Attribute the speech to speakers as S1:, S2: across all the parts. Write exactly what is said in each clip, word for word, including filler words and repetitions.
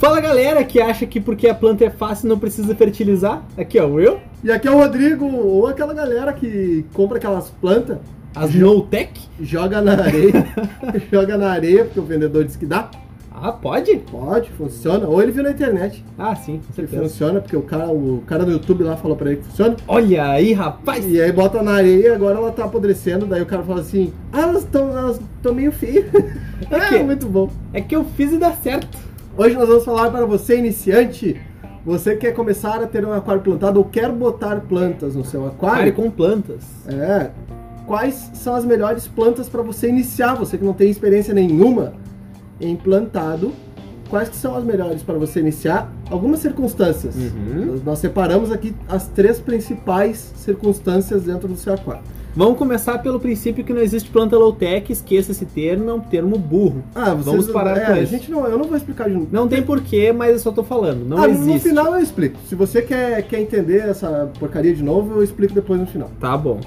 S1: Fala galera que acha que porque a planta é fácil não precisa fertilizar. Aqui ó, o Will.
S2: E aqui é o Rodrigo, ou aquela galera que compra aquelas plantas,
S1: As no-tech.
S2: joga na areia, joga na areia porque o vendedor disse que dá.
S1: Ah, pode?
S2: Pode, funciona. Ou ele viu na internet.
S1: Ah, sim, com
S2: Que
S1: certeza.
S2: funciona, porque o cara, o cara do YouTube lá falou pra ele que funciona.
S1: Olha aí, rapaz.
S2: E aí bota na areia e agora ela tá apodrecendo. Daí o cara fala assim, ah, elas estão elas tão meio feias.
S1: É que-
S2: É muito bom.
S1: É que eu fiz e dá certo.
S2: Hoje nós vamos falar para você iniciante, você que quer começar a ter um aquário plantado ou quer botar plantas no seu
S1: Aquário
S2: aquário.
S1: com plantas.
S2: É, quais são as melhores plantas para você iniciar, você que não tem experiência nenhuma em plantado, quais que são as melhores para você iniciar? Algumas circunstâncias.
S1: Uhum.
S2: Nós, nós separamos aqui as três principais circunstâncias dentro do seu aquário.
S1: Vamos começar pelo princípio que não existe planta low-tech, esqueça esse termo, é um termo burro.
S2: Ah, vocês,
S1: Vamos parar
S2: é,
S1: com
S2: a
S1: isso.
S2: gente não, eu não vou explicar de novo.
S1: Não tem porquê, mas eu só tô falando, não
S2: ah,
S1: existe.
S2: no final eu explico. Se você quer, quer entender essa porcaria de novo, eu explico depois no final.
S1: Tá bom.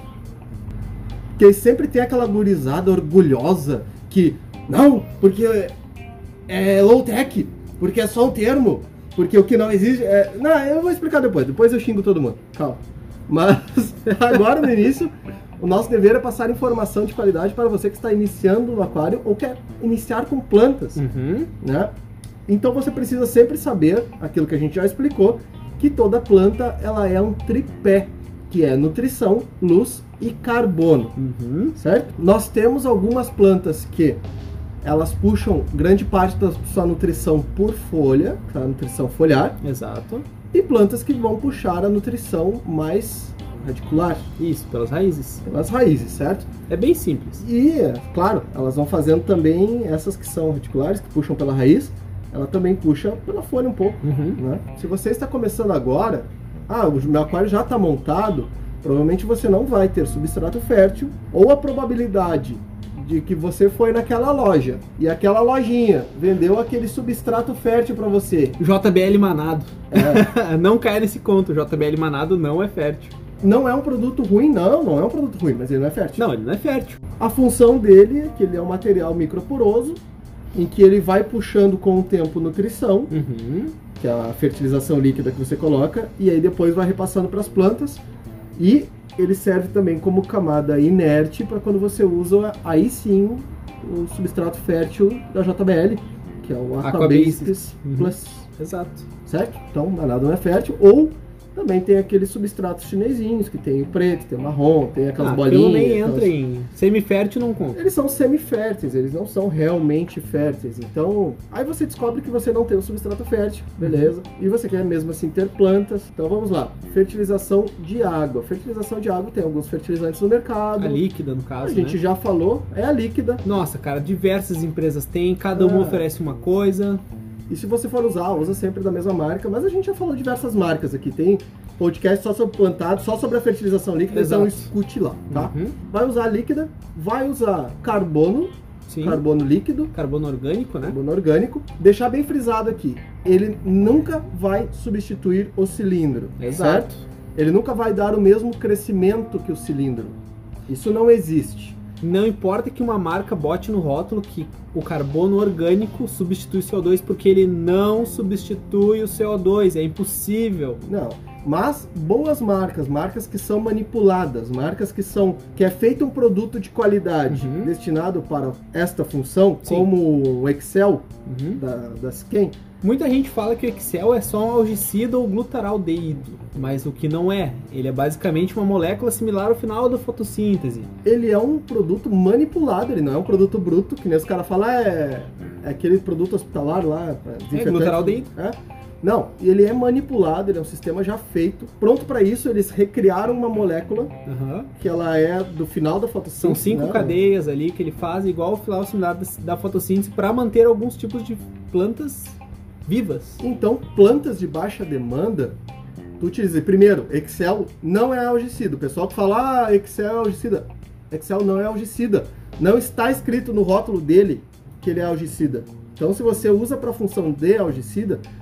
S2: Porque sempre tem aquela gurizada orgulhosa que, não, porque é low tech, porque é só um termo, porque o que não existe é... Não, eu vou explicar depois, depois eu xingo todo mundo, calma. Mas agora no início, o nosso dever é passar informação de qualidade para você que está iniciando no aquário ou quer iniciar com plantas,
S1: Uhum.
S2: né? Então você precisa sempre saber, aquilo que a gente já explicou, que toda planta ela é um tripé, que é nutrição, luz e carbono.
S1: Uhum.
S2: Certo? Nós temos algumas plantas que elas puxam grande parte da sua nutrição por folha, a nutrição foliar,
S1: Exato.
S2: e plantas que vão puxar a nutrição mais radicular,
S1: Isso, pelas raízes.
S2: pelas raízes, certo?
S1: É bem simples.
S2: E, claro, elas vão fazendo também essas que são radiculares, que puxam pela raiz, ela também puxa pela folha um pouco.
S1: Uhum.
S2: Né? Se você está começando agora, ah, o meu aquário já está montado, provavelmente você não vai ter substrato fértil, ou a probabilidade de que você foi naquela loja e aquela lojinha vendeu aquele substrato fértil para você.
S1: J B L manado.
S2: É.
S1: Não caia nesse conto, J B L manado não é fértil.
S2: Não é um produto ruim, não, não é um produto ruim, mas ele não é fértil.
S1: Não, ele não é fértil.
S2: A função dele é que ele é um material microporoso, em que ele vai puxando com o tempo nutrição,
S1: Uhum.
S2: que é a fertilização líquida que você coloca, e aí depois vai repassando para as plantas, e ele serve também como camada inerte para quando você usa, aí sim, o substrato fértil da J B L, que é o
S1: Aquabasics.
S2: Aquabasics
S1: Uhum.
S2: Plus,
S1: Exato.
S2: certo? Então, manada não é fértil, ou também tem aqueles substratos chinesinhos, que tem o preto, tem o marrom, tem aquelas
S1: Ah,
S2: bolinhas.
S1: aquilo nem
S2: aquelas-
S1: entra em semifértil, não conta.
S2: Eles são semiférteis, eles não são realmente férteis. Então, aí você descobre que você não tem o substrato fértil, beleza? E você quer mesmo assim ter plantas. Então vamos lá. Fertilização de água. Fertilização de água tem alguns fertilizantes no mercado.
S1: A líquida, no caso,
S2: A gente
S1: né?
S2: já falou, é a líquida.
S1: Nossa, cara, diversas empresas têm, cada uma
S2: É.
S1: oferece uma coisa.
S2: E se você for usar, usa sempre da mesma marca. Mas a gente já falou diversas marcas aqui. Tem podcast só sobre plantado, só sobre a fertilização líquida.
S1: Exato.
S2: Então escute lá, tá?
S1: Uhum.
S2: Vai usar a líquida, vai usar carbono,
S1: Sim.
S2: carbono líquido.
S1: Carbono orgânico, né?
S2: Carbono orgânico. Deixar bem frisado aqui, ele nunca vai substituir o cilindro,
S1: Exato.
S2: certo? Ele nunca vai dar o mesmo crescimento que o cilindro. Isso não existe.
S1: Não importa que uma marca bote no rótulo que o carbono orgânico substitui o C O dois, porque ele não substitui o C O dois, é impossível.
S2: Não. Mas boas marcas, marcas que são manipuladas, marcas que são que é feito um produto de qualidade
S1: Uhum.
S2: destinado para esta função,
S1: Sim.
S2: como o Excel
S1: Uhum.
S2: da, da Sken.
S1: Muita gente fala que o Excel é só um algicida ou glutaraldeído, mas o que não é. Ele é basicamente uma molécula similar ao final da fotossíntese.
S2: Ele é um produto manipulado, ele não é um produto bruto, que nem os caras falam, é, é aquele produto hospitalar lá.
S1: É, glutaraldeído.
S2: É? Não, ele é manipulado, ele é um sistema já feito. Pronto para isso, eles recriaram uma molécula
S1: Aham.
S2: que ela é do final da fotossíntese.
S1: São cinco
S2: né?
S1: cadeias ali que ele faz igual ao final similar da- da fotossíntese para manter alguns tipos de plantas vivas.
S2: Então, plantas de baixa demanda, tu utiliza. Primeiro, Excel não é algicida. O pessoal que fala, ah, Excel é algicida. Excel não é algicida. Não está escrito no rótulo dele que ele é algicida. Então, se você usa para a função de algicida,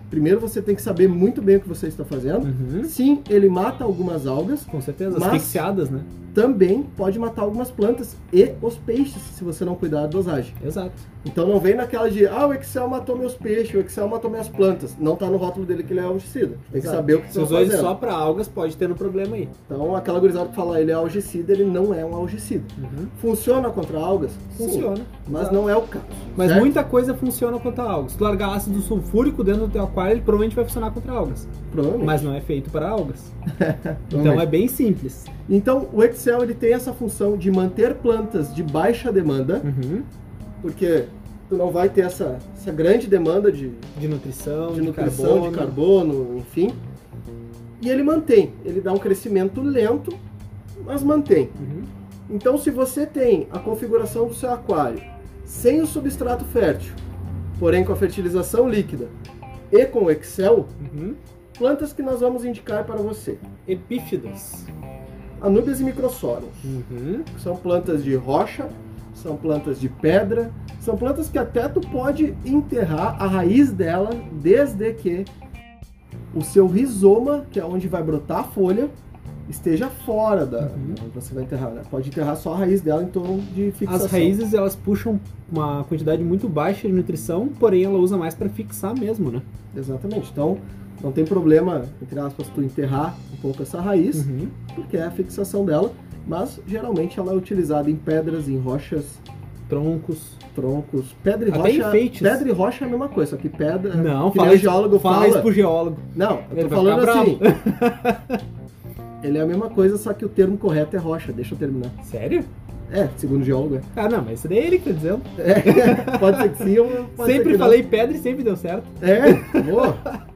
S2: primeiro você tem que saber muito bem o que você está fazendo.
S1: Uhum.
S2: Sim, ele mata algumas algas.
S1: Com certeza, as
S2: mas
S1: asfixiadas, né?
S2: também pode matar algumas plantas e os peixes, se você não cuidar da dosagem.
S1: Exato.
S2: Então não vem naquela de, ah, o Excel matou meus peixes, o Excel matou minhas plantas. Não tá no rótulo dele que ele é algicida. Tem que
S1: Exato.
S2: saber o que
S1: Se
S2: você está
S1: usou ele
S2: fazendo.
S1: só para algas, pode ter um problema aí.
S2: Então aquela gurizada que fala ele é algicida, ele não é um algicida.
S1: Uhum.
S2: Funciona contra algas?
S1: Funciona.
S2: Sim, mas
S1: Exato.
S2: não é o caso.
S1: Mas
S2: certo?
S1: muita coisa funciona contra algas. Se tu largar ácido sulfúrico dentro do teu aquário, ele provavelmente vai funcionar contra algas.
S2: Provavelmente.
S1: Mas não é feito para algas. Então é bem simples.
S2: Então o Excel ele tem essa função de manter plantas de baixa demanda,
S1: Uhum.
S2: porque tu não vai ter essa, essa grande demanda de,
S1: De nutrição,
S2: de
S1: de,
S2: nutrição,
S1: carbono.
S2: de carbono, enfim. E ele mantém, ele dá um crescimento lento, mas mantém.
S1: Uhum.
S2: Então se você tem a configuração do seu aquário sem o substrato fértil, porém com a fertilização líquida e com o Excel,
S1: Uhum.
S2: plantas que nós vamos indicar para você.
S1: Epífidas.
S2: Anúbias e microsorums.
S1: Uhum.
S2: São plantas de rocha, são plantas de pedra, são plantas que até tu pode enterrar a raiz dela desde que o seu rizoma, que é onde vai brotar a folha, esteja fora da...
S1: Uhum.
S2: onde você vai enterrar, né? Pode enterrar só a raiz dela em torno de fixação.
S1: As raízes, elas puxam uma quantidade muito baixa de nutrição, porém ela usa mais para fixar mesmo, né?
S2: Exatamente. Então, não tem problema, entre aspas, tu enterrar um pouco essa raiz,
S1: Uhum.
S2: porque é a fixação dela, mas geralmente ela é utilizada em pedras, em rochas,
S1: Troncos.
S2: troncos. Pedra e
S1: Até
S2: rocha.
S1: enfeites.
S2: Pedra e rocha é a mesma coisa, só que pedra.
S1: Não,
S2: que
S1: fala
S2: nem o
S1: isso,
S2: geólogo
S1: fala
S2: fala.
S1: isso pro geólogo.
S2: Não, eu
S1: Ele
S2: tô
S1: vai
S2: falando
S1: ficar
S2: assim.
S1: bravo.
S2: Ele é a mesma coisa, só que o termo correto é rocha. Deixa eu terminar.
S1: Sério?
S2: É, segundo o geólogo é.
S1: Ah, não, mas isso daí é ele que tá dizendo.
S2: É, pode ser que sim ou pode ser
S1: Sempre
S2: que não.
S1: falei pedra e sempre deu certo.
S2: É, boa.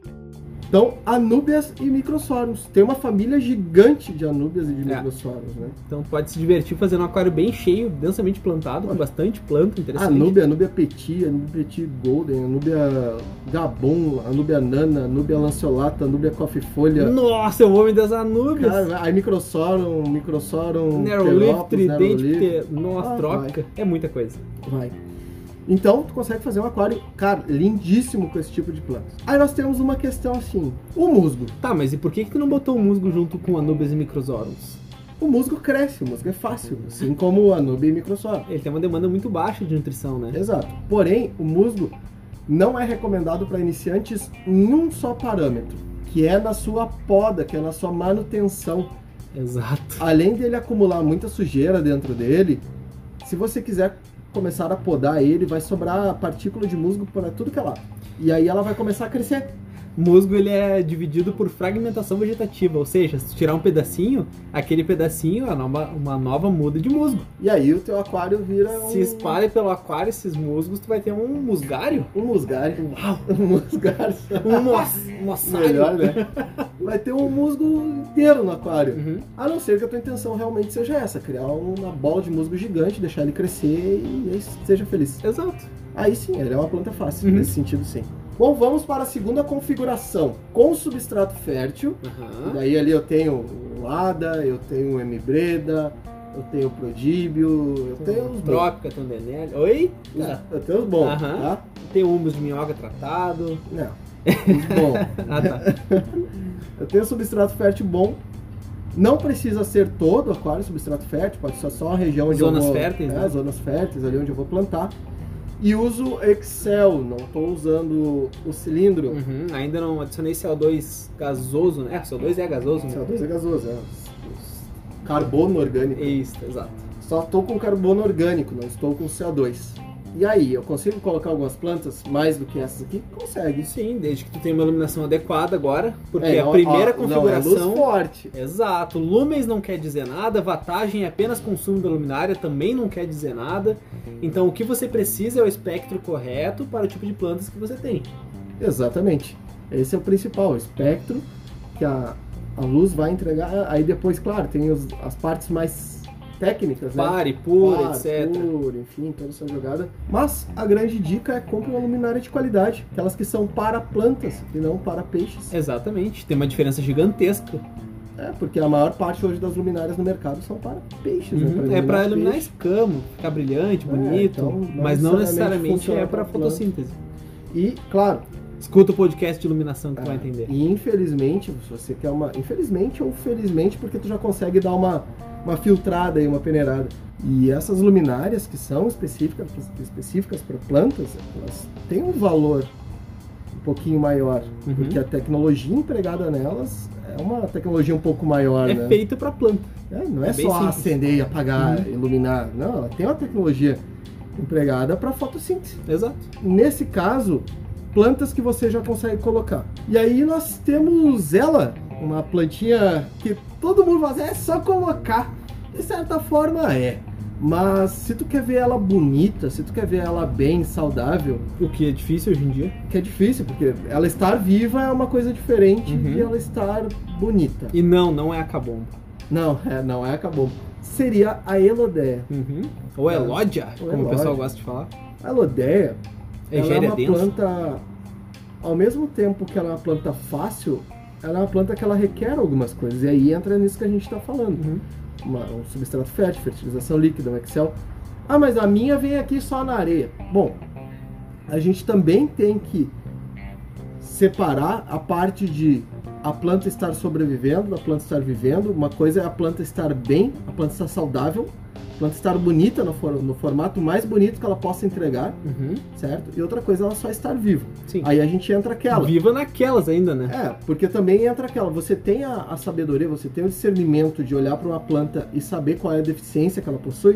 S2: Então, anúbias e microsorums. Tem uma família gigante de anúbias e de
S1: É.
S2: microsorums, né?
S1: Então pode se divertir fazendo um aquário bem cheio, densamente plantado, com bastante planta interessante.
S2: Anúbia, Anúbia petit, Anúbia petit golden, Anúbia gabon, Anúbia nana, Anúbia lanceolata, Anúbia coffeefolha.
S1: Nossa, eu vou me das anúbias.
S2: Cara, aí microsorum, microsorum,
S1: Nerolith,
S2: Pteropus,
S1: tridente,
S2: Nerolith.
S1: te... nossa,
S2: Ah,
S1: trópica. É muita coisa.
S2: Vai. Então, tu consegue fazer um aquário, cara, lindíssimo com esse tipo de plantas. Aí nós temos uma questão assim, o musgo.
S1: Tá, mas e por que que tu não botou o musgo junto com anúbias e microsorums?
S2: O musgo cresce, o musgo é fácil, assim como o anúbia e microsorum.
S1: Ele tem uma demanda muito baixa de nutrição, né?
S2: Exato. Porém, o musgo não é recomendado para iniciantes em um só parâmetro, que é na sua poda, que é na sua manutenção.
S1: Exato.
S2: Além dele acumular muita sujeira dentro dele, se você quiser começar a podar ele, vai sobrar partícula de musgo para tudo que é lá. E aí ela vai começar a crescer.
S1: O musgo ele é dividido por fragmentação vegetativa, ou seja, se tu tirar um pedacinho, aquele pedacinho é uma, uma nova muda de musgo.
S2: E aí o teu aquário vira um...
S1: Se espalha pelo aquário esses musgos, tu vai ter um musgário.
S2: Um musgário.
S1: Uau!
S2: Um musgário.
S1: Um moç, moçário.
S2: Melhor, né? Vai ter um musgo inteiro no aquário.
S1: Uhum.
S2: A não ser que a tua intenção realmente seja essa, criar uma bola de musgo gigante, deixar ele crescer e aí seja feliz.
S1: Exato.
S2: Aí sim, ele é uma planta fácil,
S1: Uhum.
S2: nesse sentido sim. Bom, vamos para a segunda configuração, com substrato fértil.
S1: Uhum.
S2: Daí ali eu tenho o Ada, eu tenho o Hemibreda, eu tenho o Prodíbio, eu tenho os bons.
S1: Trópica, Tondenelli. Oi?
S2: Os- Eu tenho os bons,
S1: Aham.
S2: tá?
S1: Tem o humus de minhoca tratado.
S2: Não, os bons.
S1: Ah, tá.
S2: Eu tenho substrato fértil bom. Não precisa ser todo o aquário substrato fértil, pode ser só a região onde
S1: Zonas
S2: eu vou...
S1: férteis,
S2: é,
S1: né?
S2: zonas férteis, ali onde eu vou plantar. E uso Excel, não estou usando o cilindro.
S1: Uhum. Ainda não adicionei C O dois gasoso, né? É, C O dois é gasoso,
S2: C O
S1: né?
S2: dois é gasoso, é. os- os Carbono orgânico.
S1: Isso, exato.
S2: Só estou com carbono orgânico, não estou com C O dois. E aí, eu consigo colocar algumas plantas mais do que essas aqui? Consegue.
S1: Sim, desde que tu tenha uma iluminação adequada agora, porque
S2: É,
S1: a
S2: não,
S1: primeira
S2: ó,
S1: configuração...
S2: Não, é luz forte.
S1: Exato, lumens não quer dizer nada, watagem é apenas consumo da luminária, também não quer dizer nada. Então o que você precisa é o espectro correto para o tipo de plantas que você tem.
S2: Exatamente. Esse é o principal, o espectro que a, a luz vai entregar. Aí depois, claro, tem os- as partes mais técnicas, né?
S1: Pare, pura,
S2: Par,
S1: etcétera.
S2: pura, enfim, toda essa jogada. Mas a grande dica é compre uma luminária de qualidade, aquelas que são para plantas e não para peixes.
S1: Exatamente, tem uma diferença gigantesca.
S2: É, porque a maior parte hoje das luminárias no mercado são para peixes, né?
S1: Uhum. É para iluminar
S2: peixe.
S1: escamo, ficar brilhante,
S2: É,
S1: bonito,
S2: então, não
S1: mas não
S2: necessariamente
S1: necessariamente
S2: funciona
S1: é para
S2: pra planta.
S1: fotossíntese.
S2: E, claro,
S1: Escuta o podcast de iluminação que tu vai
S2: É,
S1: entender.
S2: E infelizmente, se você quer uma... Infelizmente ou felizmente, porque tu já consegue dar uma, uma filtrada e uma peneirada. E essas luminárias que são específicas, específicas para plantas, elas têm um valor um pouquinho maior.
S1: Uhum.
S2: Porque a tecnologia empregada nelas é uma tecnologia um pouco maior,
S1: É
S2: né?
S1: feita pra planta.
S2: É, não é,
S1: É bem
S2: só
S1: simples.
S2: acender e apagar,
S1: Uhum.
S2: iluminar. Não, ela tem uma tecnologia empregada para fotossíntese.
S1: Exato.
S2: Nesse caso, plantas que você já consegue colocar. E aí nós temos ela, uma plantinha que todo mundo fala, é só colocar. De certa forma é. Mas se tu quer ver ela bonita, se tu quer ver ela bem, saudável,
S1: O que é difícil hoje em dia.
S2: que é difícil, porque ela estar viva é uma coisa diferente
S1: Uhum.
S2: de ela estar bonita.
S1: E não, não é a cabomba.
S2: Não, é, não é, acabou. Seria a Elodea.
S1: Uhum. Ou é
S2: É.
S1: lódia,
S2: Ou é
S1: como o pessoal
S2: lódia.
S1: gosta de falar.
S2: A Elodea, ela é
S1: Egéria
S2: uma
S1: densa.
S2: planta, ao mesmo tempo que ela é uma planta fácil, ela é uma planta que ela requer algumas coisas. E aí entra nisso que a gente está falando.
S1: Uhum.
S2: Uma, um substrato fértil, fertilização líquida, um Excel. Ah, mas a minha vem aqui só na areia. Bom, a gente também tem que separar a parte de a planta estar sobrevivendo, da planta estar vivendo. Uma coisa é a planta estar bem, a planta estar saudável, a planta estar bonita no, for, no formato mais bonito que ela possa entregar,
S1: Uhum.
S2: certo? E outra coisa é ela só estar viva.
S1: Sim.
S2: Aí a gente entra aquela.
S1: Viva naquelas ainda, né?
S2: É, porque também entra aquela, você tem a, a sabedoria, você tem o discernimento de olhar para uma planta e saber qual é a deficiência que ela possui,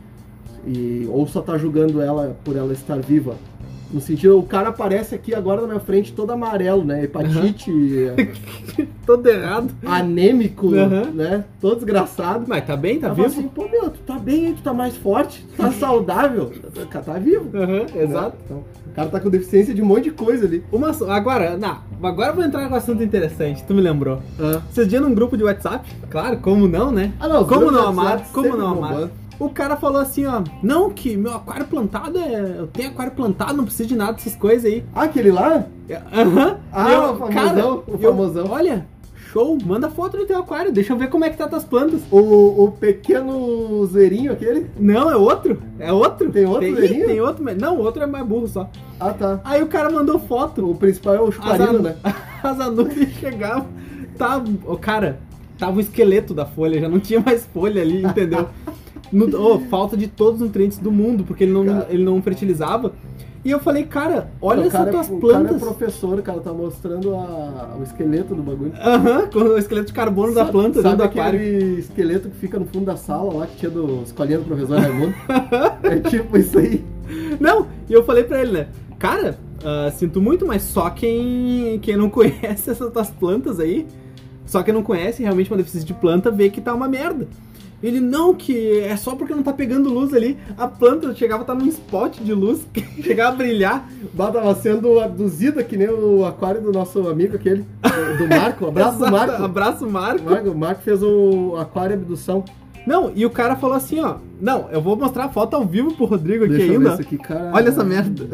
S2: e, ou só tá julgando ela por ela estar viva. No sentido, o cara aparece aqui agora na minha frente todo amarelo, né? Hepatite,
S1: Todo errado.
S2: anêmico,
S1: Uhum.
S2: né? Todo desgraçado.
S1: Mas tá bem, tá
S2: Ela
S1: vivo?
S2: fala assim, pô, meu, tu tá bem, tu tá mais forte, tu tá saudável, o cara tá vivo.
S1: Uhum, exato.
S2: Né? Então, o cara tá com deficiência de um monte de coisa ali.
S1: Uma, só- agora, não, agora eu vou entrar com um assunto interessante, tu me lembrou.
S2: Ah.
S1: Vocês dias num grupo de WhatsApp, claro, como não, né?
S2: Ah, não, os
S1: como
S2: grupos
S1: não
S2: de
S1: amar,
S2: WhatsApp
S1: como
S2: sempre
S1: não amar.
S2: bombando.
S1: O cara falou assim, ó, não, que meu aquário plantado é. Eu tenho aquário plantado, não preciso de nada dessas coisas aí.
S2: Ah, aquele lá?
S1: Aham.
S2: Ah,
S1: E eu,
S2: o famosão,
S1: cara,
S2: o
S1: eu-
S2: famosão.
S1: Olha, show, manda foto do teu aquário, deixa eu ver como é que tá tuas plantas.
S2: O, o pequeno zoeirinho aquele?
S1: Não, é outro, é outro.
S2: Tem outro
S1: tem,
S2: zerinho?
S1: tem outro, mas não, o outro é mais burro só.
S2: Ah, tá.
S1: Aí o cara mandou foto.
S2: O principal é o
S1: As,
S2: chuparino,
S1: anu-
S2: né?
S1: as anúncias chegavam, tava, o cara, tava o esqueleto da folha, já não tinha mais folha ali, entendeu? No, oh, falta de todos os nutrientes do mundo, porque ele não,
S2: Cara.
S1: ele não fertilizava. E eu falei, cara, olha
S2: o cara,
S1: essas tuas
S2: é, o cara é
S1: plantas.
S2: professor, o cara tá mostrando a- o esqueleto do bagulho.
S1: Aham, com o esqueleto de carbono da
S2: Sabe-
S1: planta
S2: sabe
S1: dentro do aquário.
S2: aquele esqueleto que fica no fundo da sala lá, que tinha do escolinha do professor Raimundo? É tipo isso aí.
S1: Não, e eu falei pra ele, né? Cara, ah, sinto muito, mas só quem, quem não conhece essas tuas plantas aí, só quem não conhece realmente uma deficiência de planta, vê que tá uma merda. Ele, não, que é só porque não tá pegando luz ali. A planta chegava a estar num spot de luz, que chegava a brilhar.
S2: Bah, tava sendo abduzida que nem o aquário do nosso amigo aquele, do Marco. Abraço do
S1: Exato,
S2: Marco.
S1: Abraço,
S2: O
S1: Marco.
S2: Marco, o Marco fez o aquário abdução.
S1: Não, e o cara falou assim, ó. Não, eu vou mostrar a foto ao vivo pro Rodrigo aqui
S2: Deixa eu ver
S1: ainda.
S2: isso aqui, cara.
S1: Olha essa merda.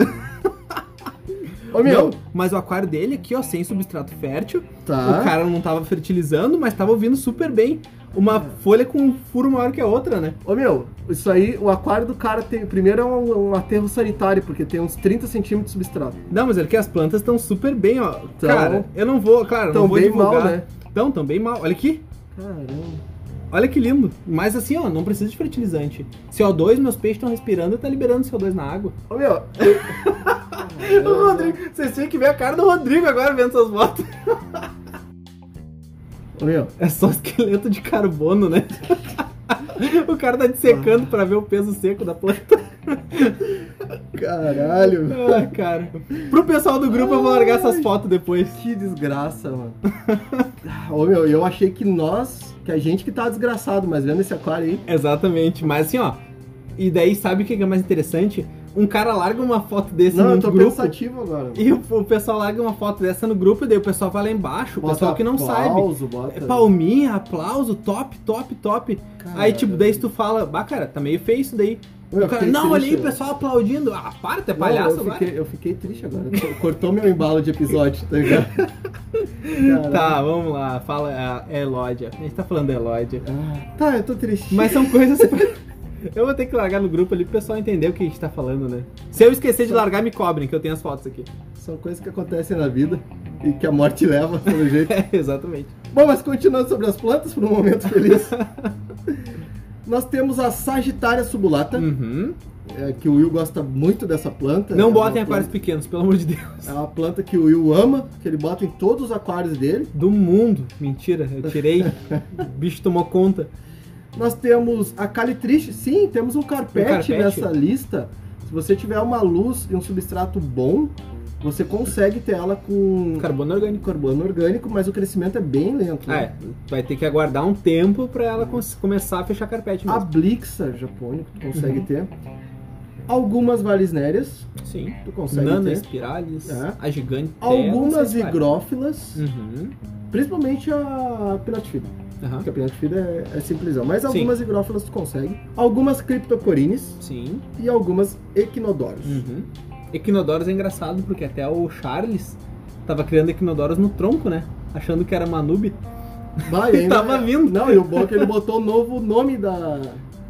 S2: Ô, meu.
S1: Não, mas o aquário dele aqui, ó, sem substrato fértil.
S2: Tá.
S1: O cara não tava fertilizando, mas tava ouvindo super bem. Uma folha com um furo maior que a outra, né?
S2: Ô, meu, isso aí, o aquário do cara tem... Primeiro é um, um aterro sanitário, porque tem uns trinta centímetros de substrato.
S1: Não, mas é que as plantas estão super bem, ó.
S2: Tão-
S1: Cara, eu não vou, claro,
S2: tão
S1: não vou
S2: bem
S1: divulgar.
S2: mal, né?
S1: Então, tão bem mal. Olha aqui.
S2: Caramba.
S1: Olha que lindo. Mas assim, ó, não precisa de fertilizante. C O dois, meus peixes estão respirando e tá liberando C O dois na água.
S2: Ô, meu...
S1: O Rodrigo, vocês tinham que ver a cara do Rodrigo agora vendo essas fotos.
S2: Ô, meu...
S1: É só esqueleto de carbono, né? O cara tá dissecando pra ver o peso seco da planta.
S2: Caralho.
S1: Ah, cara. Pro pessoal do grupo eu vou largar essas fotos depois.
S2: Que desgraça, mano. Ô, meu, eu achei que nós... Que a gente que tá desgraçado, mas vendo esse aquário aí...
S1: Exatamente. Mas assim, ó. E daí, sabe o que é mais interessante? Um cara larga uma foto desse
S2: Não,
S1: no
S2: eu tô
S1: grupo.
S2: pensativo agora.
S1: E o, o pessoal larga uma foto dessa no grupo e daí o pessoal vai lá embaixo. O
S2: Bota
S1: pessoal que não
S2: aplauso,
S1: sabe.
S2: bota-
S1: É palminha, aplauso, top, top, top.
S2: Cara,
S1: Aí, tipo, daí se tu fala, bah, cara, tá meio feio isso daí.
S2: Eu
S1: O cara,
S2: fiquei
S1: não, olha aí,
S2: triste,
S1: o pessoal aplaudindo. Ah, para, tu é
S2: Não,
S1: palhaço
S2: eu
S1: agora.
S2: fiquei, eu fiquei triste agora. Cortou meu embalo de episódio, tá ligado? Caralho.
S1: Tá, vamos lá. Fala a Elódia. A gente tá falando da Elódia.
S2: Ah, tá, eu tô triste.
S1: Mas são coisas pra, Eu vou ter que largar no grupo ali pro pessoal entender o que a gente tá falando, né? Se eu esquecer de largar, me cobrem, que eu tenho as fotos aqui.
S2: São coisas que acontecem na vida e que a morte leva, pelo jeito.
S1: É, exatamente.
S2: Bom, mas continuando sobre as plantas, por um momento feliz. Nós temos a Sagitária subulata,
S1: Uhum.
S2: é, que o Will gosta muito dessa planta.
S1: Não
S2: é
S1: botem
S2: uma
S1: aquários
S2: planta-
S1: pequenos, pelo amor de Deus.
S2: É uma planta que o Will ama, que ele bota em todos os aquários dele.
S1: Do mundo. Mentira, eu tirei. O bicho tomou conta.
S2: Nós temos a calitriche, sim, temos um carpete,
S1: Um carpete?
S2: nessa lista. Se você tiver uma luz e um substrato bom, você consegue ter ela com
S1: Carbono orgânico.
S2: carbono orgânico, mas o crescimento é bem lento.
S1: Ah,
S2: né?
S1: é. Vai ter que aguardar um tempo pra ela cons- começar a fechar carpete
S2: A
S1: mesmo.
S2: Blixa japônica, tu consegue
S1: Uhum.
S2: ter. Algumas valesnérias,
S1: Sim.
S2: tu consegue
S1: Nano
S2: ter.
S1: espirales,
S2: É.
S1: a gigante.
S2: Algumas
S1: Terra,
S2: higrófilas,
S1: Uhum.
S2: principalmente a pilatifida.
S1: Aham.
S2: Porque a pilatifida é, é simplesão. Mas algumas higrófilas tu consegue. Algumas criptocorines
S1: Sim.
S2: e algumas equinodoros.
S1: Uhum. Equinodoros é engraçado porque até o Charles tava criando equinodoros no tronco, né? Achando que era Manube.
S2: Vai, ainda
S1: Tava vindo.
S2: Não, e o bom é que ele botou o novo nome da,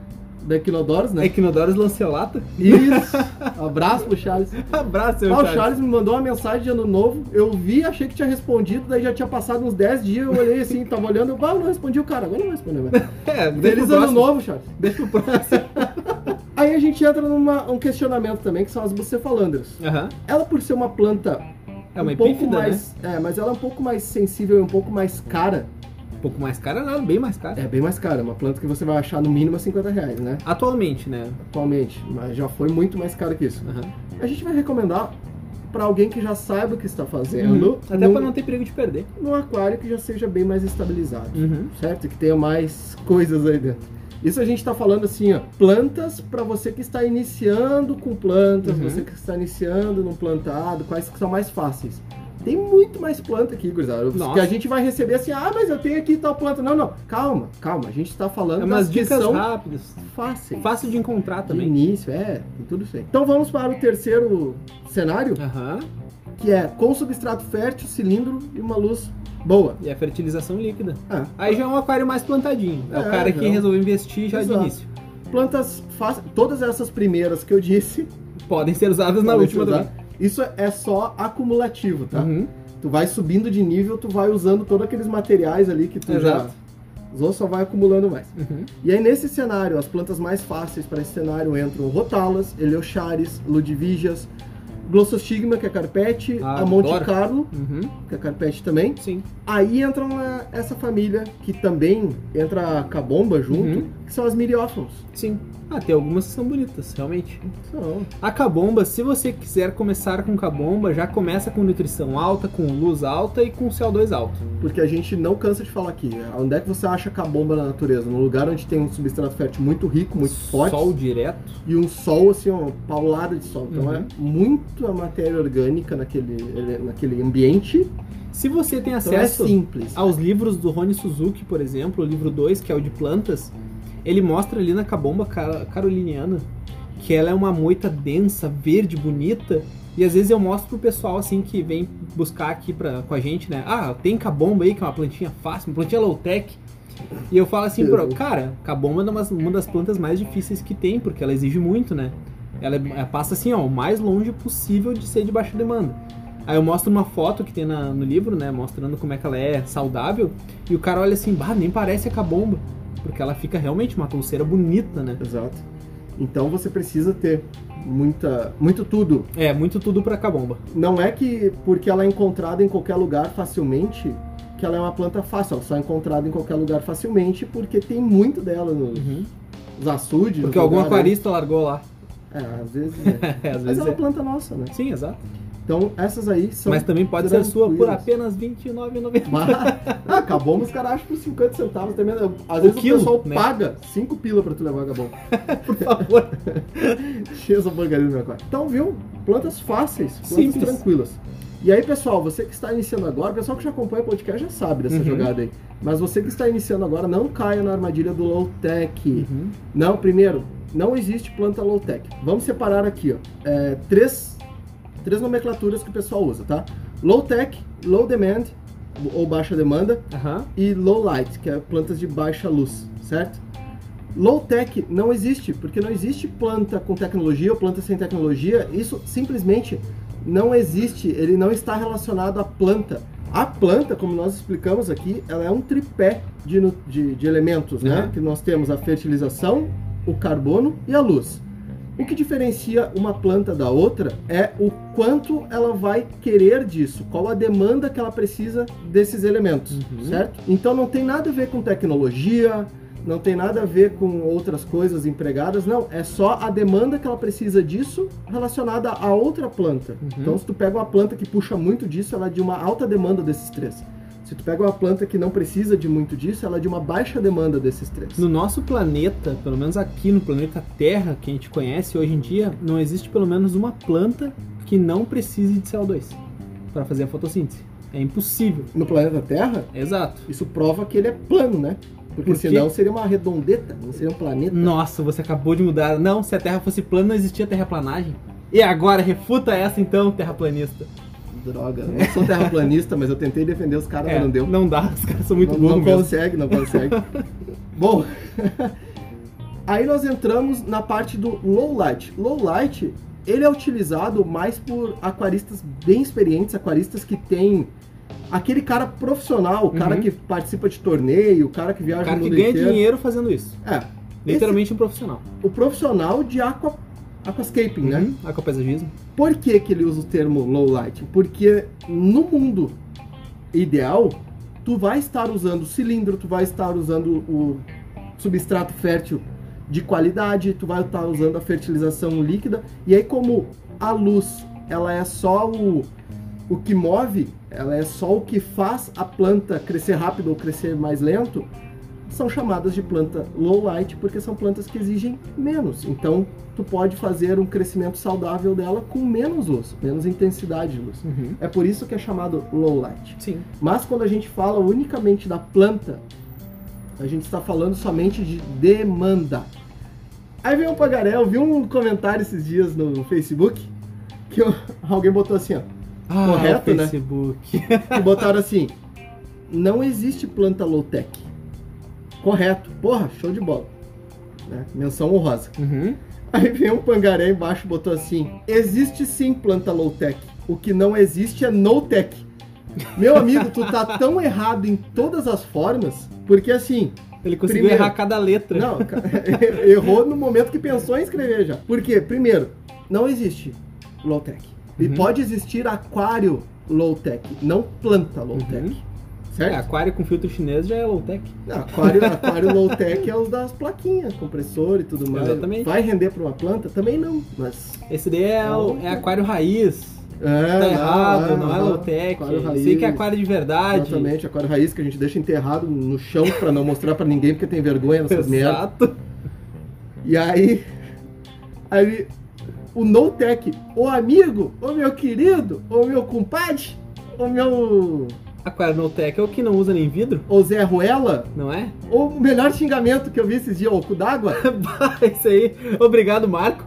S2: da equinodoros, né?
S1: Equinodoros lanceolata.
S2: Isso. Abraço pro Charles.
S1: Abraço, seu
S2: Ah, o
S1: Charles.
S2: Charles me mandou uma mensagem de ano novo, eu vi, achei que tinha respondido, daí já tinha passado uns dez dias, eu olhei assim, tava olhando, eu, ah, não respondi o cara, agora não respondeu mais.
S1: É, deixa
S2: Feliz
S1: pro
S2: ano
S1: próximo.
S2: novo, Charles.
S1: Deixa pro próximo.
S2: Aí a gente entra num questionamento também, que são as bucefalandras.
S1: Aham.
S2: Ela, por ser uma planta
S1: É uma
S2: um pouco
S1: epífida,
S2: mais, é, mas ela é um pouco mais sensível e um pouco mais cara.
S1: Um pouco mais cara, não, bem mais cara.
S2: É bem mais cara, uma planta que você vai achar no mínimo a cinquenta reais, né?
S1: Atualmente, né?
S2: Atualmente, mas já foi muito mais caro que isso.
S1: Aham.
S2: A gente vai recomendar para alguém que já saiba o que está fazendo,
S1: Uhum. Até
S2: num,
S1: pra não ter perigo de perder.
S2: num aquário que já seja bem mais estabilizado,
S1: Uhum.
S2: certo? Que tenha mais coisas aí dentro. Isso a gente tá falando assim, ó, plantas para você que está iniciando com plantas,
S1: Uhum.
S2: você que está iniciando no plantado, quais que são mais fáceis. Tem muito mais planta aqui, gurizada.
S1: Nossa.
S2: Que a gente vai receber assim, ah, mas eu tenho aqui tal planta. Não, não, calma, calma. A gente tá falando
S1: É umas
S2: das que
S1: dicas
S2: são
S1: rápidas.
S2: fáceis.
S1: Fácil de encontrar
S2: De
S1: também.
S2: início, é, tem tudo isso aí. Então vamos para o terceiro cenário,
S1: Aham.
S2: que é com substrato fértil, cilindro e uma luz boa.
S1: E a fertilização líquida.
S2: Ah,
S1: Aí já é um aquário mais plantadinho. É,
S2: É,
S1: o cara que
S2: já.
S1: resolveu investir já
S2: Exato.
S1: de início.
S2: plantas fáceis, todas essas primeiras que eu disse,
S1: Podem ser usadas na
S2: podem
S1: última
S2: ser
S1: também.
S2: usadas. Isso é só acumulativo, tá?
S1: Uhum.
S2: Tu vai subindo de nível, tu vai usando todos aqueles materiais ali que tu
S1: Exato.
S2: já usou, só vai acumulando mais.
S1: Uhum.
S2: E aí nesse cenário, as plantas mais fáceis para esse cenário entram Rotalas, Eleocharis, Ludvigias, Glossostigma, que é carpete,
S1: Ah,
S2: a Monte
S1: adoro.
S2: Carlo,
S1: Uhum.
S2: que é carpete também.
S1: Sim.
S2: Aí entra uma- essa família, que também entra a Cabomba junto,
S1: Uhum.
S2: que são as Miriófilos.
S1: Sim. Ah, tem algumas que são bonitas, realmente.
S2: São.
S1: A Cabomba, se você quiser começar com Cabomba, já começa com nutrição alta, com luz alta e com C O dois alto.
S2: Porque a gente não cansa de falar aqui. Onde é que você acha Cabomba na natureza? Num lugar onde tem um substrato fértil muito rico, muito forte.
S1: Sol direto.
S2: E um sol, assim, uma paulada de sol. Então
S1: Uhum.
S2: é muita matéria orgânica naquele, ele- naquele ambiente.
S1: Se você tem
S2: Então é
S1: acesso
S2: simples.
S1: aos livros do Rony Suzuki, por exemplo, o livro dois, que é o de plantas, ele mostra ali na Cabomba car- caroliniana que ela é uma moita densa, verde, bonita. E às vezes eu mostro pro pessoal assim que vem buscar aqui pra, com a gente, né? Ah, tem Cabomba aí, que é uma plantinha fácil, uma plantinha low-tech. E eu falo assim, pro, cara, Cabomba é uma, uma das plantas mais difíceis que tem, porque ela exige muito, né? Ela, é- ela passa assim, ó, o mais longe possível de ser de baixa demanda. Aí eu mostro uma foto que tem na- no livro, né? Mostrando como é que ela é saudável. E o cara olha assim, bah, nem parece a Cabomba. Porque ela fica realmente uma touceira bonita, né?
S2: Exato. Então você precisa ter muita, muito tudo.
S1: É, muito tudo pra Cabomba.
S2: Não é que porque ela é encontrada em qualquer lugar facilmente, que ela é uma planta fácil. Ela só é encontrada em qualquer lugar facilmente porque tem muito dela nos,
S1: Uhum.
S2: nos açudes.
S1: Porque
S2: nos
S1: algum
S2: lugares.
S1: aquarista largou lá.
S2: É, às vezes é.
S1: É, às
S2: Mas
S1: vezes
S2: é uma
S1: é.
S2: planta nossa, né?
S1: Sim, exato.
S2: Então essas aí são.
S1: Mas também pode ser sua por
S2: tranquilas.
S1: apenas vinte e nove reais e noventa centavos.
S2: Ah, Cabomba os caras acham por cinquenta centavos também. Às vezes o,
S1: quilo,
S2: pessoal
S1: né?
S2: paga cinco pila pra tu levar a Cabomba.
S1: Por favor.
S2: Cheia essa porcaria no meu quarto. Então, viu? Plantas fáceis, plantas
S1: Simples.
S2: tranquilas. E aí, pessoal, você que está iniciando agora, o pessoal que já acompanha o podcast já sabe dessa
S1: Uhum.
S2: jogada aí. Mas você que está iniciando agora, não caia na armadilha do low-tech.
S1: Uhum.
S2: Não, primeiro, não existe planta low-tech. Vamos separar aqui, ó. É, três, três nomenclaturas que o pessoal usa, tá? Low-tech, low demand, ou baixa demanda,
S1: Aham.
S2: e low light, que é plantas de baixa luz, certo? Low-tech não existe, porque não existe planta com tecnologia ou planta sem tecnologia. Isso simplesmente não existe, ele não está relacionado à planta. A planta, como nós explicamos aqui, ela é um tripé de, de, de elementos, né?
S1: Uhum.
S2: Que nós temos a fertilização, o carbono e a luz. O que diferencia uma planta da outra é o quanto ela vai querer disso, qual a demanda que ela precisa desses elementos,
S1: Uhum.
S2: certo? Então não tem nada a ver com tecnologia, não tem nada a ver com outras coisas empregadas, não. É só a demanda que ela precisa disso relacionada a outra planta.
S1: Uhum.
S2: Então se tu pega uma planta que puxa muito disso, ela é de uma alta demanda desses três. Se tu pega uma planta que não precisa de muito disso, ela é de uma baixa demanda desses três.
S1: No nosso planeta, pelo menos aqui no planeta Terra, que a gente conhece hoje em dia, não existe pelo menos uma planta que não precise de C O dois para fazer a fotossíntese. É impossível.
S2: No planeta Terra,
S1: Exato.
S2: isso prova que ele é plano, né? Porque
S1: Por quê?
S2: senão seria uma redondeta, não seria um planeta.
S1: Nossa, você acabou de mudar. Não, se a Terra fosse plana, não existia terraplanagem. E agora, refuta essa então, terraplanista.
S2: Droga, eu não sou terraplanista, mas eu tentei defender os caras,
S1: É,
S2: mas não deu.
S1: não dá, os caras são muito
S2: não,
S1: burros
S2: não
S1: mesmo.
S2: consegue, não consegue. Bom, aí nós entramos na parte do low light. Low light, ele é utilizado mais por aquaristas bem experientes, aquaristas que têm aquele cara profissional, o cara
S1: Uhum.
S2: que participa de torneio, o cara que viaja
S1: O cara
S2: no
S1: que
S2: mundo
S1: ganha
S2: inteiro.
S1: dinheiro fazendo isso.
S2: É,
S1: Literalmente um profissional.
S2: esse- o profissional de aqua, aquascaping, né?
S1: Uhum. Aquapaisagismo.
S2: Por que, que ele usa o termo low light? Porque no mundo ideal, tu vai estar usando cilindro, tu vai estar usando o substrato fértil de qualidade, tu vai estar usando a fertilização líquida, e aí como a luz, ela é só o, o que move, ela é só o que faz a planta crescer rápido ou crescer mais lento, são chamadas de planta low light, porque são plantas que exigem menos. Então, tu pode fazer um crescimento saudável dela com menos luz, menos intensidade de luz.
S1: Uhum.
S2: É por isso que é chamado low light.
S1: Sim.
S2: Mas quando a gente fala unicamente da planta, a gente está falando somente de demanda. Aí vem um pagarel, vi um comentário esses dias no Facebook, que eu- alguém botou assim, ó,
S1: Ah,
S2: Correto,
S1: o
S2: né?
S1: Facebook.
S2: que botaram assim, não existe planta low-tech. Correto. Porra, show de bola. Né? Menção honrosa.
S1: Uhum.
S2: Aí vem um pangaré embaixo e botou assim, existe sim planta low-tech. O que não existe é no-tech. Meu amigo, tu tá tão errado em todas as formas, porque assim...
S1: Ele conseguiu
S2: Primeiro-
S1: errar cada letra.
S2: Não, ca- errou no momento que pensou em escrever já. Por quê? Primeiro, não existe low-tech. E
S1: Uhum.
S2: pode existir aquário low-tech, não planta low-tech.
S1: Uhum.
S2: Certo?
S1: É, aquário com filtro chinês já é low-tech.
S2: Não, aquário, aquário low-tech é os das plaquinhas, compressor e tudo mais.
S1: Exatamente.
S2: Vai render para uma planta? Também não, mas...
S1: Esse daí é, o, é aquário raiz.
S2: É,
S1: Tá errado, não é
S2: não,
S1: low-tech.
S2: aquário raiz.
S1: Sei que é aquário de verdade.
S2: Exatamente, aquário raiz que a gente deixa enterrado no chão para não mostrar para ninguém porque tem vergonha nessas merdas.
S1: Exato.
S2: E aí, aí o no-tech, o amigo, o meu querido, o meu compadre, o meu...
S1: Aquário no-tech é o que não usa nem vidro,
S2: o Zé Ruela,
S1: não é?
S2: o melhor xingamento que eu vi esses dias, o cu d'água.
S1: Isso aí. Obrigado, Marco.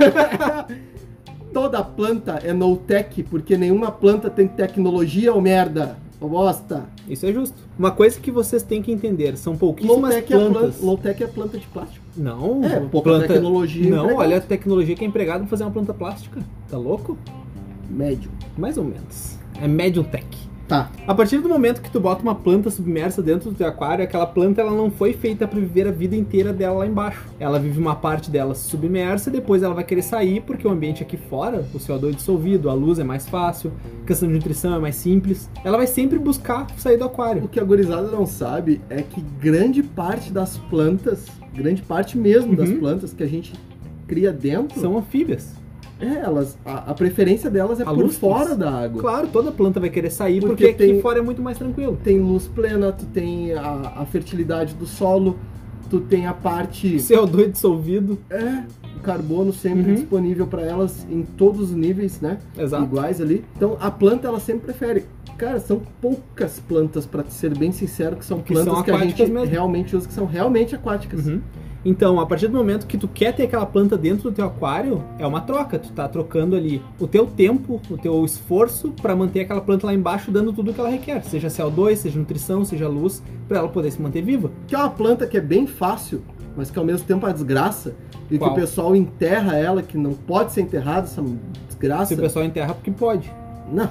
S2: Toda planta é no-tech, porque nenhuma planta tem tecnologia ou merda, ô bosta.
S1: Isso é justo. Uma coisa que vocês têm que entender, são pouquíssimas
S2: Low-tech é,
S1: plantas.
S2: planta, low-tech é planta de plástico.
S1: Não,
S2: É, pouca tecnologia
S1: Não,
S2: empregada.
S1: olha a tecnologia que é empregada pra fazer uma planta plástica. Tá louco?
S2: Médio.
S1: Mais ou menos. É medium tech.
S2: Tá.
S1: A partir do momento que tu bota uma planta submersa dentro do teu aquário, aquela planta ela não foi feita para viver a vida inteira dela lá embaixo. Ela vive uma parte dela submersa e depois ela vai querer sair porque o ambiente aqui fora, o C O dois dissolvido, a luz é mais fácil, a questão de nutrição é mais simples. Ela vai sempre buscar sair do
S2: O
S1: aquário.
S2: que a gurizada não sabe é que grande parte das plantas, grande parte mesmo das
S1: Uhum.
S2: plantas que a gente cria dentro,
S1: São anfíbias.
S2: é, elas, a, a preferência delas é
S1: A
S2: por
S1: luz,
S2: fora
S1: mas-
S2: da água.
S1: Claro, toda planta vai querer sair porque,
S2: Porque
S1: aqui
S2: tem-
S1: fora é muito mais tranquilo.
S2: Tem luz plena, tu tem a, a fertilidade do solo, tu tem a parte...
S1: C O dois dissolvido.
S2: É, o carbono sempre
S1: Uhum.
S2: disponível para elas em todos os níveis, né?
S1: Exato.
S2: Iguais ali. Então a planta ela sempre prefere. Cara, são poucas plantas, para ser bem sincero, que são
S1: Que
S2: plantas
S1: são
S2: que a gente
S1: aquáticas mesmo.
S2: realmente usa, que são realmente aquáticas.
S1: Uhum. Então, a partir do momento que tu quer ter aquela planta dentro do teu aquário, é uma troca. Tu tá trocando ali o teu tempo, o teu esforço para manter aquela planta lá embaixo dando tudo o que ela requer. Seja C O dois, seja nutrição, seja luz, para ela poder se manter viva.
S2: Que é uma planta que é bem fácil mas que ao mesmo tempo é uma desgraça, e
S1: Qual?
S2: que o pessoal enterra ela, que não pode ser enterrada, essa desgraça.
S1: Se o pessoal enterra porque pode.
S2: Não.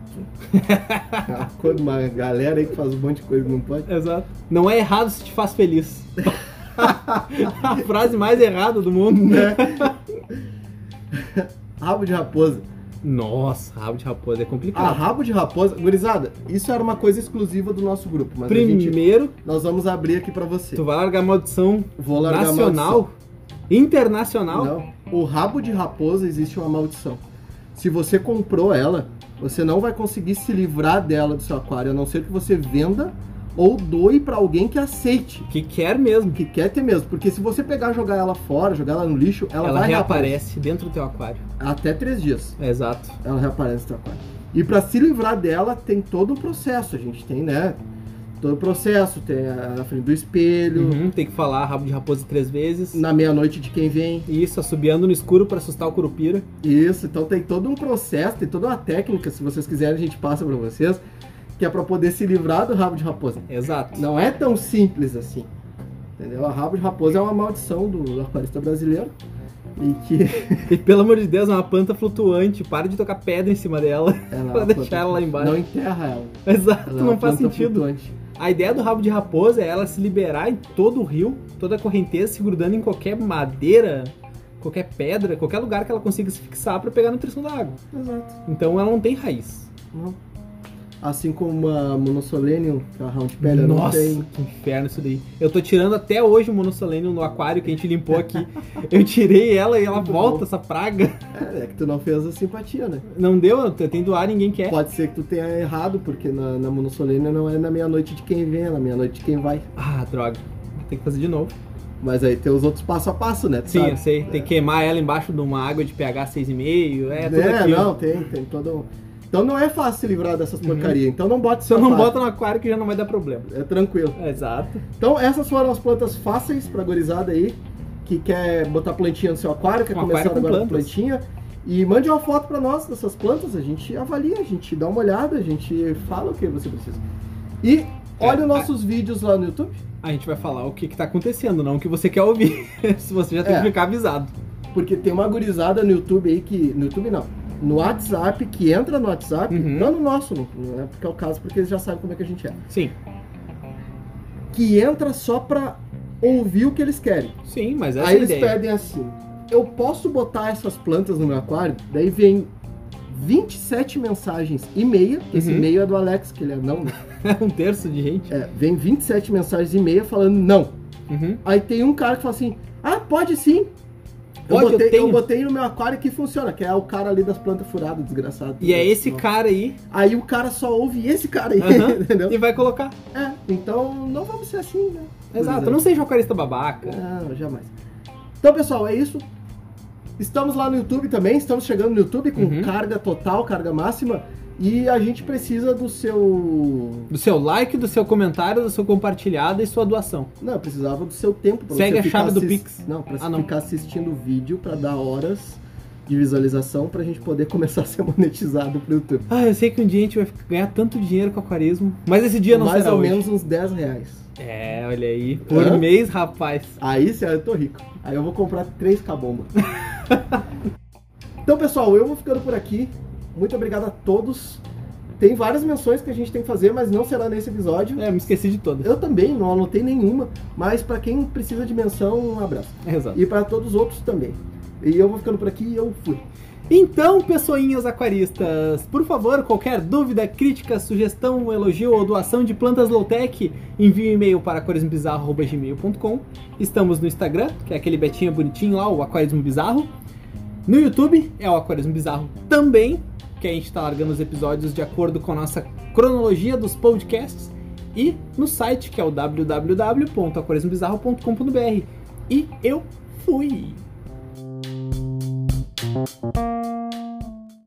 S2: Uma galera aí que faz um monte de coisa que não pode.
S1: Exato. Não é errado se te faz feliz. A frase mais errada do mundo, né?
S2: Rabo de raposa.
S1: Nossa, rabo de raposa é
S2: Ah,
S1: complicado.
S2: rabo de raposa. Gurizada, isso era uma coisa exclusiva do nosso grupo. Mas a gente,
S1: Primeiro,
S2: nós vamos abrir aqui pra você.
S1: tu vai largar a maldição
S2: Vou largar a
S1: nacional, internacional.
S2: Não. O rabo de raposa existe uma maldição. Se você comprou ela, você não vai conseguir se livrar dela do seu aquário, a não ser que você venda ou doe pra alguém que aceite,
S1: Que quer mesmo.
S2: que quer ter mesmo. Porque se você pegar e jogar ela fora, jogar ela no lixo, ela,
S1: Ela
S2: vai
S1: reaparece
S2: reaparecer.
S1: dentro do teu aquário.
S2: Até três dias
S1: É, exato.
S2: ela reaparece no seu aquário. E pra se livrar dela, tem todo um processo. A gente tem, né? Todo o processo, tem a- na frente do espelho,
S1: Uhum, tem que falar rabo de raposa três vezes.
S2: na meia-noite de quem vem.
S1: Isso, assobiando no escuro pra assustar o curupira.
S2: Isso, então tem todo um processo, tem toda uma técnica, se vocês quiserem a gente passa pra vocês, que é pra poder se livrar do rabo de raposa.
S1: Exato.
S2: Não é tão simples assim, entendeu? A rabo de raposa é uma maldição do aquarista brasileiro e que
S1: E pelo amor de Deus, é uma planta flutuante. Para de tocar pedra em cima dela
S2: ela
S1: pra
S2: é uma
S1: deixar
S2: planta-
S1: ela lá embaixo.
S2: não enterra ela.
S1: Exato,
S2: Ela é uma
S1: não faz
S2: planta
S1: sentido.
S2: flutuante.
S1: A ideia do rabo de raposa é ela se liberar em todo o rio, toda a correnteza, se grudando em qualquer madeira, qualquer pedra, qualquer lugar que ela consiga se fixar pra pegar a nutrição da água.
S2: Exato.
S1: Então ela não tem raiz.
S2: Não. Assim como uma monossolenium, que é a roundpelha, não
S1: Nossa,
S2: tem.
S1: que inferno isso daí. Eu tô tirando até hoje o monossolenium no aquário que a gente limpou aqui. Eu tirei ela e ela
S2: Muito
S1: volta,
S2: bom.
S1: essa praga.
S2: É, é que tu não fez a simpatia, né?
S1: Não deu, eu tenho doar, ninguém quer.
S2: Pode ser que tu tenha errado, porque na, na monossolenium não é na meia-noite de quem vem, é na meia-noite de quem vai.
S1: Ah, droga. Tem que fazer de novo.
S2: Mas aí tem os outros passo a passo, né? Tu
S1: Sim,
S2: sabe?
S1: eu sei. Tem que queimar ela embaixo de uma água de pH seis vírgula cinco. É, tudo
S2: É,
S1: aquilo.
S2: não, tem, tem todo um... Então não é fácil se livrar dessas porcarias. Então não bota
S1: Só
S2: seu
S1: não
S2: aquário.
S1: bota no aquário que já não vai dar problema.
S2: É tranquilo.
S1: Exato.
S2: Então essas foram as plantas fáceis pra gurizada aí, que quer botar plantinha no seu aquário, quer
S1: Um
S2: começar
S1: aquário com
S2: agora com
S1: plantas.
S2: plantinha. E mande uma foto pra nós dessas plantas, a gente avalia, a gente dá uma olhada, a gente fala o que você precisa. E olha
S1: É,
S2: os nossos vídeos lá no YouTube.
S1: A gente vai falar o que, que tá acontecendo, não o que você quer ouvir. Se você já tem
S2: É.
S1: que ficar avisado.
S2: Porque tem uma gurizada no YouTube aí que... No YouTube não. No WhatsApp, que entra no WhatsApp,
S1: Uhum.
S2: não no nosso, não, não é porque é o caso, porque eles já sabem como é que a gente é.
S1: Sim.
S2: Que entra só pra ouvir o que eles querem.
S1: Sim, mas essa
S2: Aí
S1: é a
S2: eles
S1: ideia.
S2: pedem assim, eu posso botar essas plantas no meu aquário? Daí vem vinte e sete mensagens e meia, que esse
S1: Uhum.
S2: e-mail é do Alex, que ele é não, né?
S1: um terço de gente.
S2: É, vem vinte e sete mensagens e meia falando não.
S1: Uhum.
S2: Aí tem um cara que fala assim, ah, pode sim. Eu,
S1: Pode, eu
S2: botei, eu,
S1: tenho.
S2: botei no meu aquário que funciona, que é o cara ali das plantas furadas, desgraçado.
S1: E é esse
S2: Nossa.
S1: cara aí.
S2: Aí o cara só ouve esse cara aí,
S1: Aham,
S2: entendeu?
S1: e vai colocar.
S2: É, então não vamos ser assim, né?
S1: Exato. Não seja aquarista babaca.
S2: Não, jamais. Então, pessoal, é isso. Estamos lá no YouTube também, estamos chegando no YouTube com
S1: Uhum.
S2: carga total, carga máxima. E a gente precisa do seu...
S1: Do seu like, do seu comentário, do seu compartilhado e sua doação.
S2: Não, eu precisava do seu tempo pra
S1: Segue
S2: você
S1: a
S2: ficar
S1: chave do
S2: assis-
S1: Pix.
S2: Não, pra
S1: Ah,
S2: você
S1: não.
S2: ficar assistindo o vídeo, pra dar horas de visualização, pra gente poder começar a ser monetizado pro YouTube.
S1: Ah, eu sei que um dia a gente vai ganhar tanto dinheiro com aquarismo, mas esse dia não
S2: Mais
S1: será
S2: ou
S1: hoje.
S2: menos uns dez reais.
S1: É, olha aí. Por
S2: Hã?
S1: mês, rapaz.
S2: Aí, sério, eu tô rico. Aí eu vou comprar três cabombas. Então, pessoal, eu vou ficando por aqui. Muito obrigado a todos. Tem várias menções que a gente tem que fazer, mas não será nesse episódio.
S1: É, me esqueci de todas.
S2: Eu também, não anotei nenhuma, mas pra quem precisa de menção, um abraço.
S1: Exato.
S2: E pra todos os outros também. E eu vou ficando por aqui e eu fui.
S1: Então, pessoinhas aquaristas, por favor, qualquer dúvida, crítica, sugestão, elogio ou doação de plantas low-tech, envie um e-mail para aquarismobizarro arroba gmail ponto com. Estamos no Instagram, que é aquele betinho bonitinho lá, o Aquarismo Bizarro. No YouTube é o Aquarismo Bizarro também, que a gente está largando os episódios de acordo com a nossa cronologia dos podcasts. E no site, que é o w w w ponto aquarismobizarro ponto com ponto b r. E eu fui!